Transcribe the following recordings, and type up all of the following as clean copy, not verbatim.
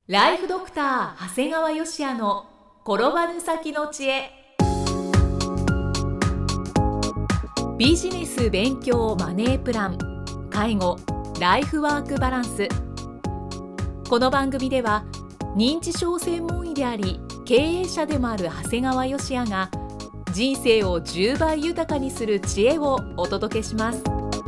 ライフドクター長谷川芳也の転ばぬ先の知恵。ビジネス勉強マネープラン、介護、ライフワークバランス。この番組では認知症専門医であり経営者でもある長谷川芳也が人生を10倍豊かにする知恵をお届けします。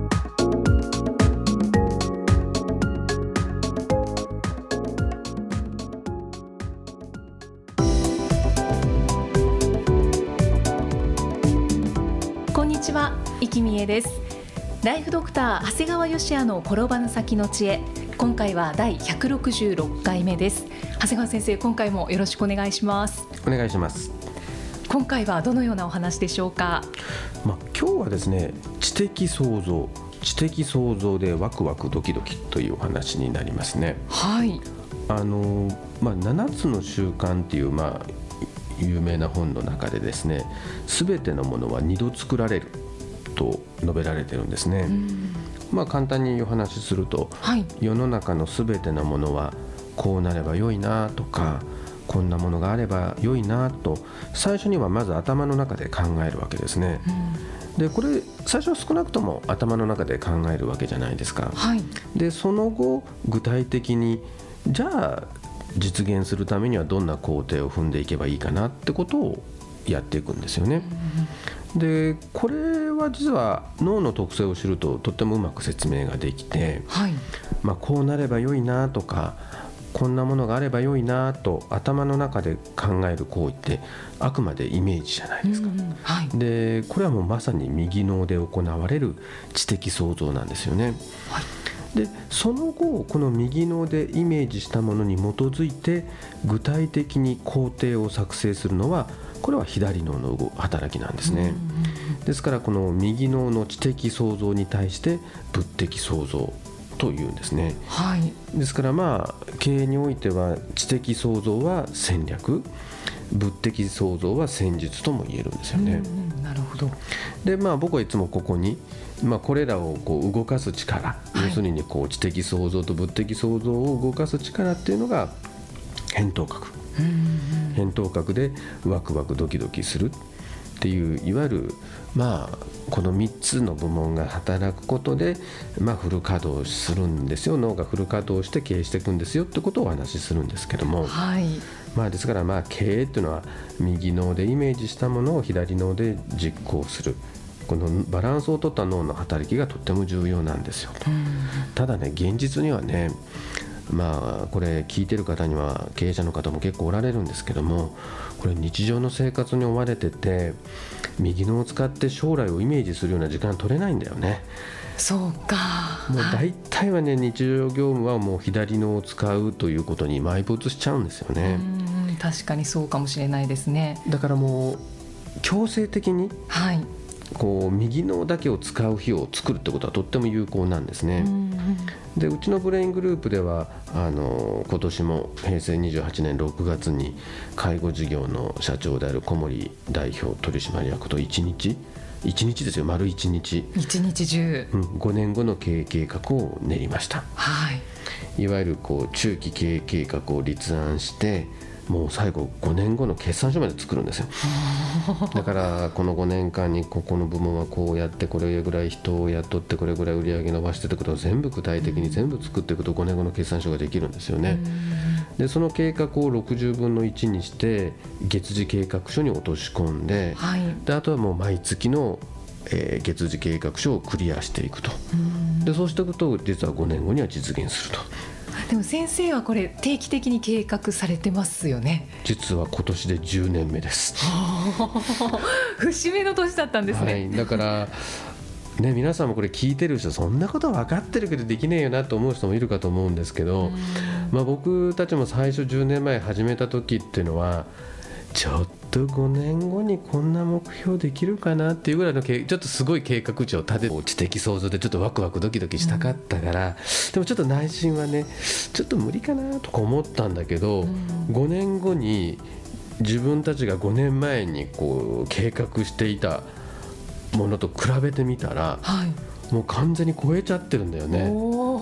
こんにちは、生きみえです。ライフドクター長谷川芳也の転ばぬ先の知恵、今回は第166回目です。長谷川先生、今回もよろしくお願いします。 お願いします。 今回はどのようなお話でしょうか。 今日はですね、知的創造でワクワクドキドキというお話になりますね。 はい。 7つの習慣っていう有名な本の中でですね、すべてのものは2度作られると述べられてるんですね。簡単にお話しすると、世の中のすべてのものはこうなれば良いなとか、こんなものがあれば良いなと最初にはまず頭の中で考えるわけですね。でこれ最初は少なくとも頭の中で考えるわけじゃないですか。でその後具体的にじゃあ実現するためにはどんな工程を踏んでいけばいいかなってことをやっていくんですよね。でこれは実は脳の特性を知るととってもうまく説明ができて、こうなれば良いなとか、こんなものがあれば良いなと頭の中で考える行為ってあくまでイメージじゃないですか。でこれはもうまさに右脳で行われる知的創造なんですよね。でその後この右脳でイメージしたものに基づいて具体的に工程を作成するのは、これは左脳の働きなんですね。ですからこの右脳の知的創造に対して物的創造というんですね。ですから経営においては知的創造は戦略、物的創造は戦術とも言えるんですよね。 なるほど。 で僕はいつもここにこれらを動かす力、要するに知的創造と物的創造を動かす力っていうのが扁桃核。扁桃核でワクワクドキドキするっていう、いわゆるこの3つの部門が働くことでフル稼働するんですよ。脳がフル稼働して経営していくんですよってことをお話しするんですけども、ですから経営っていうのは右脳でイメージしたものを左脳で実行する、このバランスを取った脳の働きがとっても重要なんですよ。ただね、現実にはね、これ聞いてる方には経営者の方も結構おられるんですけども、これ日常の生活に追われてて右脳を使って将来をイメージするような時間取れないんだよね。 そうか。 もう大体はね、日常業務はもう左脳を使うということに埋没しちゃうんですよね。 確かにそうかもしれないですね。 だからもう強制的に右脳だけを使う日を作るってことはとっても有効なんですね。でうちのブレイングループでは今年も平成28年6月に介護事業の社長である小森代表取締役と1日ですよ、丸1日中、 5年後の経営計画を練りました。いわゆる中期経営計画を立案して、もう最後5年後の決算書まで作るんですよ。だからこの5年間にここの部門はこうやって、これぐらい人を雇って、これぐらい売り上げ伸ばしてってことを全部具体的に全部作っていくと5年後の決算書ができるんですよね。でその計画を60分の1にして月次計画書に落とし込んで、であとはもう毎月の月次計画書をクリアしていくと。でそうしていくと実は5年後には実現すると。 でも先生はこれ定期的に計画されてますよね。 実は今年で10年目です。 節目の年だったんですね。 だから皆さんもこれ聞いてる人、そんなこと分かってるけどできねえよなと思う人もいるかと思うんですけど、僕たちも最初10年前始めた時っていうのは、ちょっと5年後にこんな目標できるかなっていうぐらいのちょっとすごい計画値を立てて、知的創造でちょっとワクワクドキドキしたかったから、でもちょっと内心はね、ちょっと無理かなとか思ったんだけど、5年後に自分たちが5年前に計画していたものと比べてみたら、もう完全に超えちゃってるんだよね。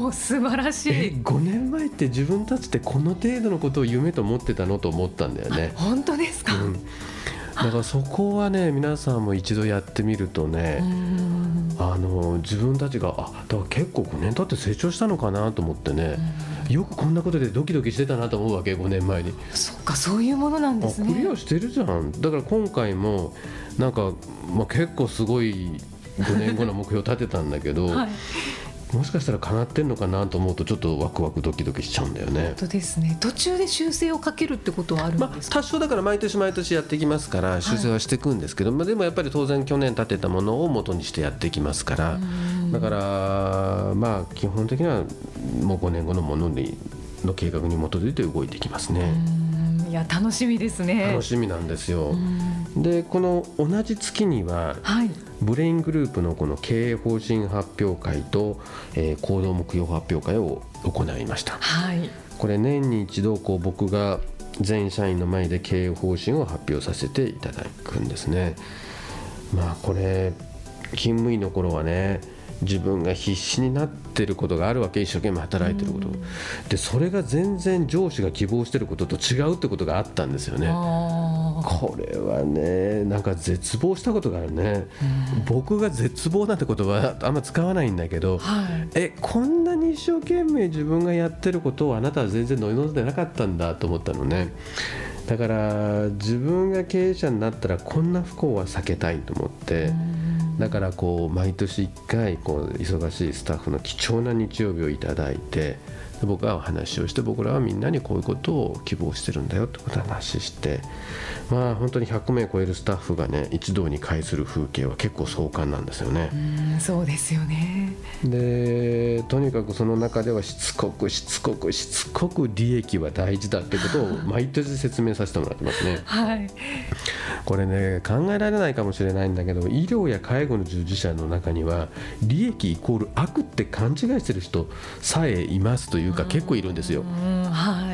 おー、素晴らしい。 5年前って自分たちってこの程度のことを夢と思ってたのと思ったんだよね。 本当ですか？ だからそこはね、皆さんも一度やってみるとね、自分たちがだから結構5年経って成長したのかなと思ってね、よくこんなことでドキドキしてたなと思うわけ、5年前に。 そっか、そういうものなんですね。 クリアしてるじゃん。だから今回もなんか、結構すごい5年後の目標を立てたんだけど、はい、もしかしたら叶ってんのかなと思うとちょっとワクワクドキドキしちゃうんだよね。 本当ですね。途中で修正をかけるってことはあるんですか？ 多少だから毎年毎年やっていきますから修正はしていくんですけど、でもやっぱり当然去年立てたものを元にしてやっていきますから、だから基本的にはもう5年後のものの計画に基づいて動いていきますね。 いや、楽しみですね。 楽しみなんですよ。でこの同じ月には、はい、ブレイングループのこの経営方針発表会と、行動目標発表会を行いました、はい、これ年に一度僕が全社員の前で経営方針を発表させていただくんですね。これ勤務医の頃はね、自分が必死になってることがあるわけ、一生懸命働いてることで、それが全然上司が希望してることと違うってことがあったんですよね。これはね、なんか絶望したことがあるね。僕が絶望なんて言葉あんま使わないんだけど、はい、こんなに一生懸命自分がやってることをあなたは全然乗り望んでなかったんだと思ったのね。だから自分が経営者になったらこんな不幸は避けたいと思って、だから毎年1回忙しいスタッフの貴重な日曜日をいただいて、僕はお話をして、僕らはみんなにこういうことを希望してるんだよってことを話して、本当に100名超えるスタッフがね一堂に会する風景は結構壮観なんですよね。 そうですよね。 でとにかくその中ではしつこく利益は大事だってことを毎年説明させてもらってますね。はい、これね、考えられないかもしれないんだけど、医療や介護の従事者の中には利益イコール悪って勘違いしてる人さえいますというか、結構いるんですよ。はい、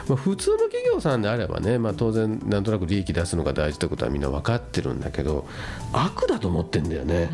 普通の企業さんであればね、当然なんとなく利益出すのが大事ってことはみんな分かってるんだけど、悪だと思ってんだよね。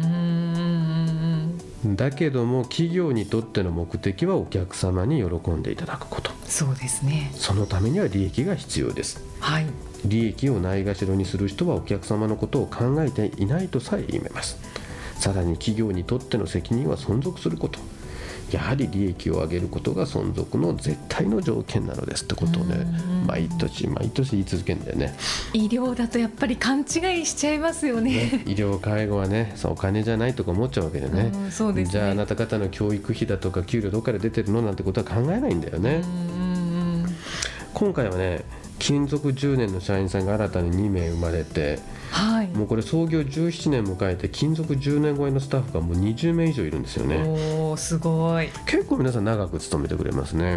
だけども企業にとっての目的はお客様に喜んでいただくこと。 そうですね。 そのためには利益が必要です。はい、利益をないがしろにする人はお客様のことを考えていないとさえ言えます。さらに企業にとっての責任は存続すること。やはり利益を上げることが存続の絶対の条件なのですってことをね、毎年言い続けるんだよね。 医療だとやっぱり勘違いしちゃいますよ ね。 医療介護はね、お金じゃないとか思っちゃうわけでね。 そうですね。 じゃああなた方の教育費だとか給料どっから出てるのなんてことは考えないんだよね。今回はね、勤続10年の社員さんが新たに2名生まれて、はい、もうこれ創業17年迎えて勤続10年超えのスタッフがもう20名以上いるんですよね。 おー、すごい。 結構皆さん長く勤めてくれますね。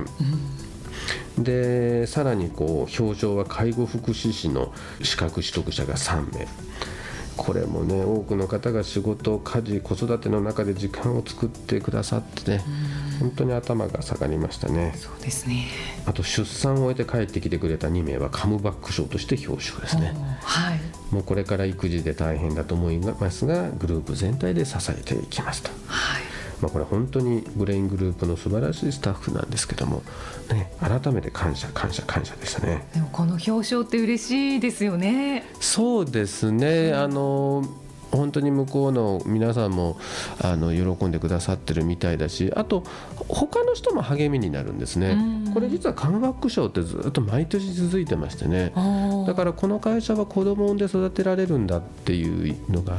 でさらに表彰は介護福祉士の資格取得者が3名。これもね、多くの方が仕事、家事、子育ての中で時間を作ってくださってね、本当に頭が下がりましたね。 そうですね。 あと出産を終えて帰ってきてくれた2名はカムバック賞として表彰ですね。はい、もうこれから育児で大変だと思いますが、グループ全体で支えていきますと。はい、これ本当にブレイングループの素晴らしいスタッフなんですけども、ね、改めて感謝でしたね。 でもこの表彰って嬉しいですよね。 そうですね。本当に向こうの皆さんも喜んでくださってるみたいだし、あと他の人も励みになるんですね。これ実はカムバック賞ってずっと毎年続いてましてね。だからこの会社は子供を産んで育てられるんだっていうのがあって、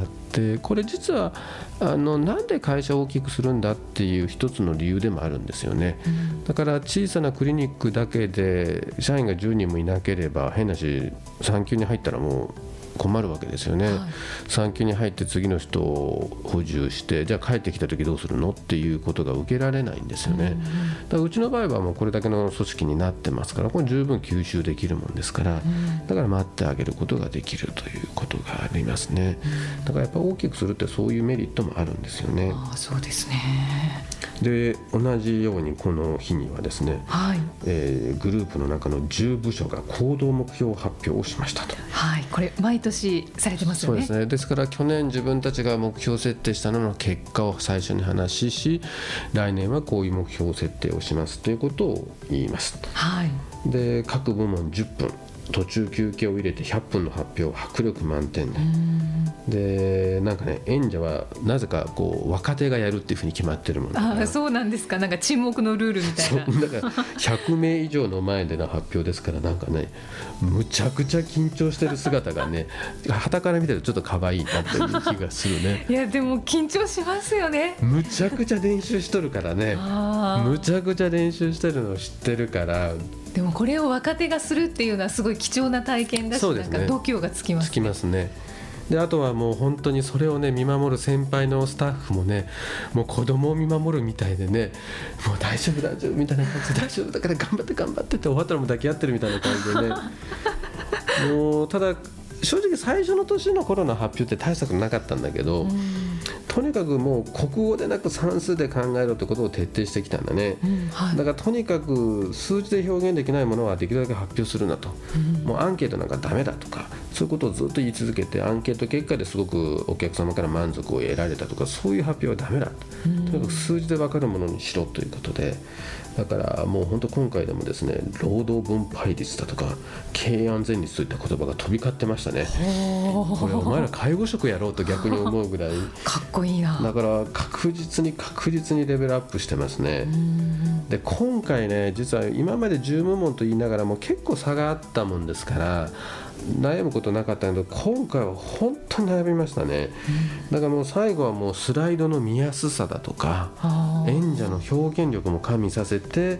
これ実はなんで会社を大きくするんだっていう一つの理由でもあるんですよね。だから小さなクリニックだけで社員が10人もいなければ、変なし産休に入ったらもう困るわけですよね。はい、産休に入って次の人を補充して、じゃあ帰ってきた時どうするのっていうことが受けられないんですよね。だからうちの場合はもうこれだけの組織になってますから、これ十分吸収できるもんですから、だから待ってあげることができるということがありますね。だからやっぱ大きくするってそういうメリットもあるんですよね。 そうですね。 で同じようにこの日にはですね、グループの中の10部署が行動目標発表をしましたと。 これ毎年されてますよね。 そうですね。ですから去年自分たちが目標設定したのの結果を最初に話し、来年はこういう目標設定をしますということを言います。で各部門10分途中休憩を入れて100分の発表、迫力満点で、なんかね、演者はなぜかこう若手がやるっていうふうに決まってるもんだ。 そうなんですか。なんか沈黙のルールみたいな。 そうだから100名以上の前での発表ですから、なんかね、むちゃくちゃ緊張してる姿がね、傍から見てるとちょっと可愛いなっていう気がするね。 いやでも緊張しますよね。 むちゃくちゃ練習しとるからね。むちゃくちゃ練習してるのを知ってるから。 でもこれを若手がするっていうのはすごい貴重な体験だし、なんか度胸がつきますね。 つきますね。であとはもう本当にそれをね見守る先輩のスタッフもね、もう子供を見守るみたいでね、もう大丈夫大丈夫みたいな感じで、大丈夫だから頑張って頑張ってって終わったらもう抱き合ってるみたいな感じでねもうただ正直最初の年の頃の発表って大したことなかったんだけど、とにかくもう国語でなく算数で考えろってことを徹底してきたんだね。だからとにかく数字で表現できないものはできるだけ発表するなと、もうアンケートなんかダメだとか、そういうことをずっと言い続けて、アンケート結果ですごくお客様から満足を得られたとか、そういう発表はダメだと、とにかく数字で分かるものにしろということで、だからもう本当今回でもですね、労働分配率だとか経営安全率といった言葉が飛び交ってましたね。これお前ら介護職やろうと逆に思うぐらいかっこいいな。 だから確実にレベルアップしてますね。で今回ね、実は今まで10部門と言いながらも結構差があったもんですから悩むことなかったけど、今回は本当に悩みましたね。だからもう最後はもうスライドの見やすさだとか演者の表現力も加味させて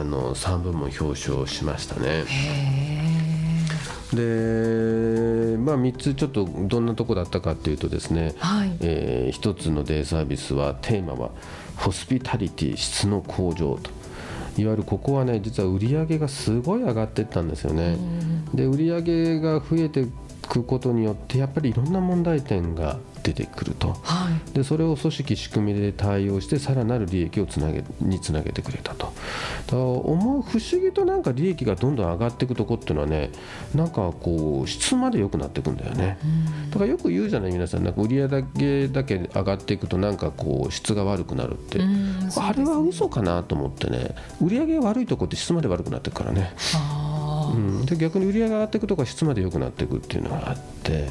3部門表彰しましたね。で、3つちょっとどんなとこだったかっていうとですね、1つのデイサービスはテーマはホスピタリティ質の向上と。いわゆるここはね、実は売り上げがすごい上がっていったんですよね。で売り上げが増えていくことによってやっぱりいろんな問題点が出てくると、でそれを組織仕組みで対応してさらなる利益をつなげてくれたと。だから不思議となんか利益がどんどん上がっていくとこっていうのはね、なんかこう質まで良くなっていくんだよね。だからよく言うじゃない皆さん、なんか売り上げだけ上がっていくとなんかこう質が悪くなるって、あれは嘘かなと思ってね、売り上げが悪いとこって質まで悪くなっていくからね。で逆に売り上げが上がっていくとか質まで良くなっていくっていうのがあって、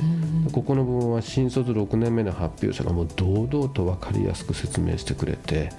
ここの部分は新卒6年目の発表者がもう堂々と分かりやすく説明してくれて、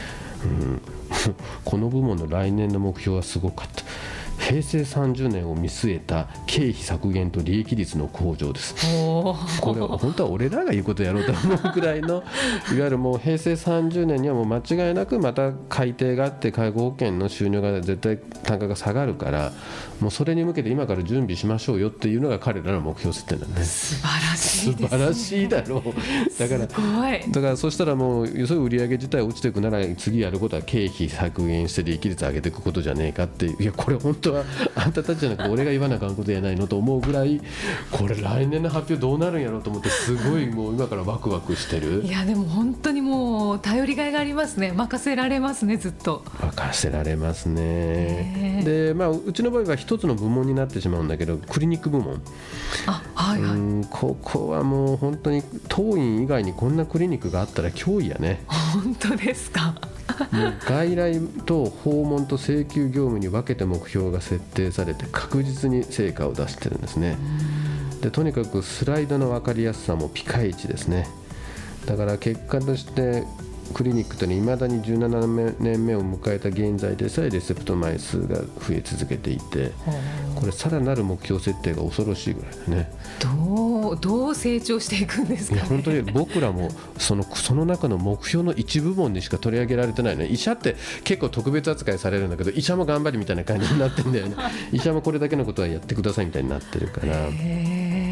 この部門の来年の目標はすごかった。平成30年を見据えた経費削減と利益率の向上です。これ本当は俺らが言うことやろうと思うくらいのいわゆるもう平成30年にはもう間違いなくまた改定があって介護保険の収入が絶対単価が下がるから、もうそれに向けて今から準備しましょうよっていうのが彼らの目標設定なんです。 素晴らしいですね。 素晴らしいだろう。だからそしたらもうそういう売り上げ自体落ちていくなら次やることは経費削減して利益率上げていくことじゃねえかって、いやこれ本当はあんたたちじゃなくて俺が言わなあかんことやないのと思うぐらい、これ来年の発表どうなるんやろうと思ってすごいもう今からワクワクしてる。 いやでも本当にもう頼りがいがありますね。任せられますね。ずっと任せられますね。でうちの場合は一つの部門になってしまうんだけど、クリニック部門、ここはもう本当に当院以外にこんなクリニックがあったら脅威やね。 本当ですか。 もう外来と訪問と請求業務に分けて目標が設定されて確実に成果を出してるんですね。でとにかくスライドの分かりやすさもピカイチですね。だから結果としてクリニックというのは未だに17年目を迎えた現在でさえレセプト枚数が増え続けていて、これさらなる目標設定が恐ろしいぐらいだね。 どう成長していくんですかね。 いや本当に僕らもその中の目標の一部門にしか取り上げられてないね。医者って結構特別扱いされるんだけど、医者も頑張りみたいな感じになってるんだよね。医者もこれだけのことはやってくださいみたいになってるから。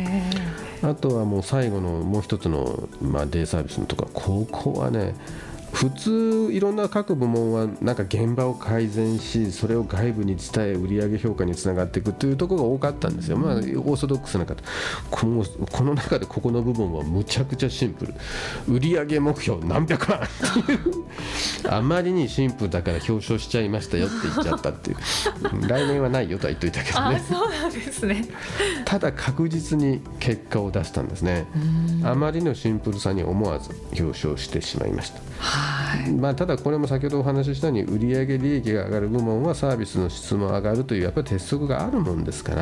あとはもう最後のもう一つのデイサービスのところ、ここはね普通いろんな各部門はなんか現場を改善し、それを外部に伝え売上評価につながっていくというところが多かったんですよ。まあオーソドックスな方、この中でここの部分はむちゃくちゃシンプル、売上目標何百万っていうあまりにシンプルだから表彰しちゃいましたよって言っちゃったっていう来年はないよとは言っといたけどね。 そうなんですね。 ただ確実に結果を出したんですね。あまりのシンプルさに思わず表彰してしまいました。まあ、ただこれも先ほどお話ししたように売上利益が上がる部門はサービスの質も上がるというやっぱり鉄則があるもんですから、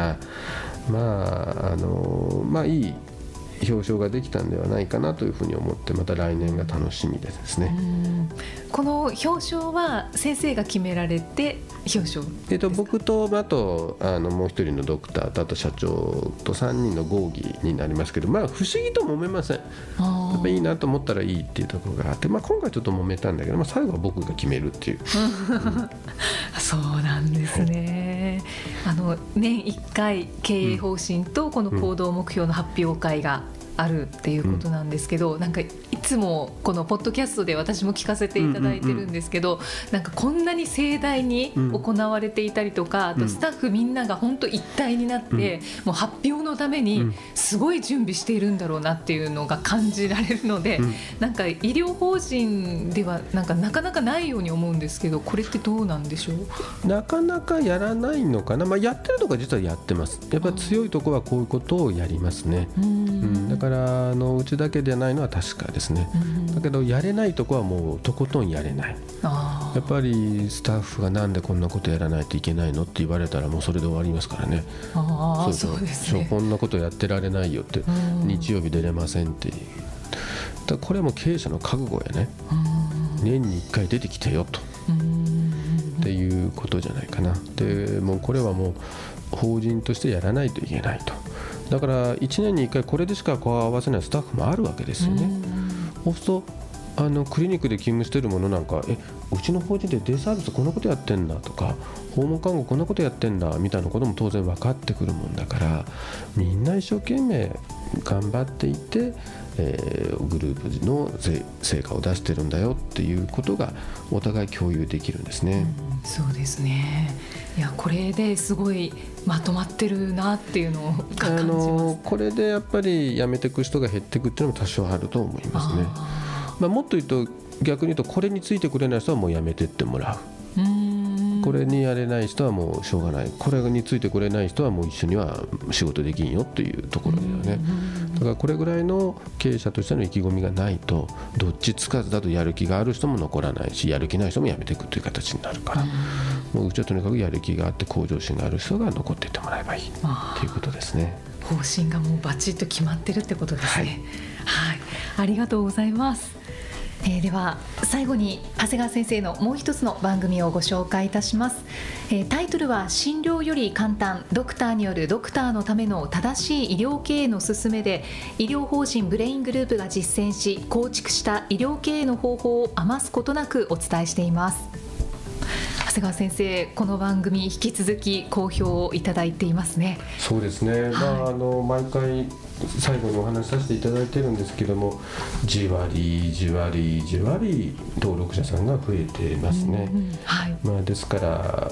まあいい表彰ができたんではないかなというふうに思って、また来年が楽しみでですね。 この表彰は先生が決められて表彰ですか？ 僕とあともう一人のドクターとあと社長と3人の合議になりますけど、まあ不思議と揉めません。やっぱりいいなと思ったらいいっていうところがあって、まあ、今回ちょっと揉めたんだけど、まあ、最後は僕が決めるっていうそうなんですね。年1回経営方針とこの行動目標の発表会があるっていうことなんですけど、なんかいつもこのポッドキャストで私も聞かせていただいてるんですけど、なんかこんなに盛大に行われていたりとか、あとスタッフみんなが本当一体になって、もう発表のためにすごい準備しているんだろうなっていうのが感じられるので、なんか医療法人ではなかなかないように思うんですけど、これってどうなんでしょう？ なかなかやらないのかな、まあ、やってるところは実はやってます。やっぱり強いところはこういうことをやりますね。だからうちだけでないのは確かですね。だけどやれないところはもうとことんやれない。やっぱりスタッフがなんでこんなことやらないといけないのって言われたらもうそれで終わりますからね。 そうですね。 こんなことやってられないよって、日曜日出れませんっていう。だからこれも経営者の覚悟やね。年に1回出てきてよとっていうことじゃないかな。でもうこれはもう法人としてやらないといけないと。だから1年に1回これでしか顔を合わせないスタッフもあるわけですよね。そうするとクリニックで勤務しているものなんか、うちの法人でデイサービスこんなことやってんだとか、訪問看護こんなことやってんだみたいなことも当然分かってくるもんだから、みんな一生懸命頑張っていて、グループの成果を出してるんだよっていうことがお互い共有できるんですね。 そうですね。いや、これですごいまとまってるなっていうのを感じます。 これでやっぱり辞めていく人が減っていくっていうのも多少あると思いますね。もっと言うと逆に言うと、これについてくれない人はもう辞めていってもらう。これにやれない人はもうしょうがない。これについてくれない人はもう一緒には仕事できんよっていうところだよね。だからこれぐらいの経営者としての意気込みがないと、どっちつかずだとやる気がある人も残らないし、やる気ない人も辞めていくという形になるから、もううちはとにかくやる気があって向上心がある人が残っていってもらえばいいっていうことですね。 方針がもうバチッと決まってるってことですね。はい、ありがとうございます。では最後に長谷川先生のもう一つの番組をご紹介いたします。タイトルは診療より簡単、ドクターによるドクターのための正しい医療経営の勧めで、医療法人ブレイングループが実践し構築した医療経営の方法を余すことなくお伝えしています。長谷川先生、この番組引き続き好評をいただいていますね。 そうですね、毎回最後にお話しさせていただいてるんですけども、じわりじわりじわり登録者さんが増えてますね。ですから、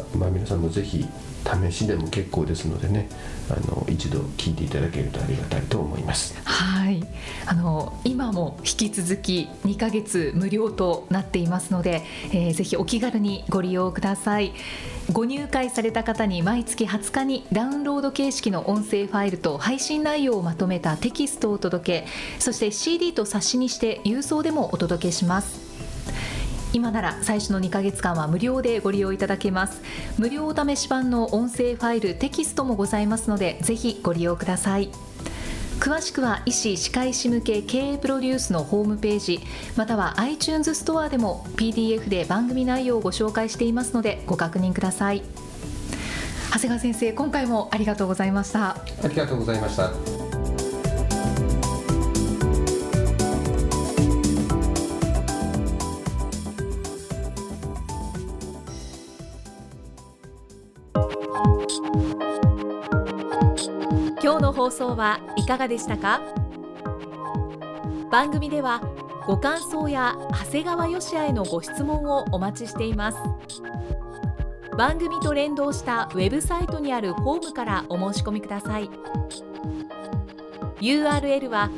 皆さんもぜひ試しでも結構ですのでね、一度聞いていただけるとありがたいと思います。 はい、今も引き続き2ヶ月無料となっていますので、ぜひお気軽にご利用ください。ご入会された方に毎月20日にダウンロード形式の音声ファイルと配信内容をまとめたテキストをお届け、そして CD と冊子にして郵送でもお届けします。今なら最初の2ヶ月間は無料でご利用いただけます。無料お試し版の音声ファイル、テキストもございますので、ぜひご利用ください。詳しくは医師・歯科医師向け経営プロデュースのホームページ、または iTunes ストアでも PDF で番組内容をご紹介していますので、ご確認ください。長谷川先生、今回もありがとうございました。 ありがとうございました。 今日の放送はいかがでしたか？番組ではご感想や長谷川芳也へのご質問をお待ちしています。番組と連動したウェブサイトにあるフォームからお申し込みください。URL は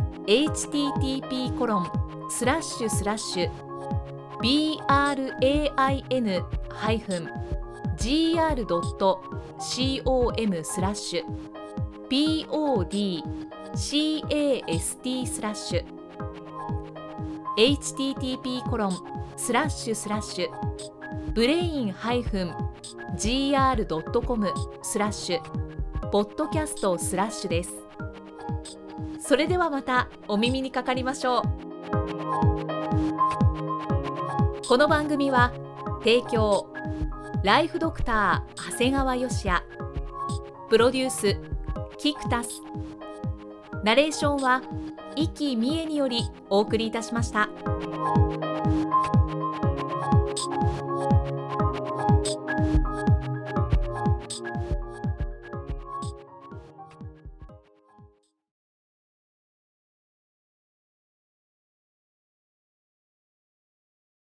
http://brain-gr.com/podcast/ です。それではまたお耳にかかりましょう。この番組は提供ライフドクター長谷川芳也、プロデュースキクタス、ナレーションは生きみえによりお送りいたしました。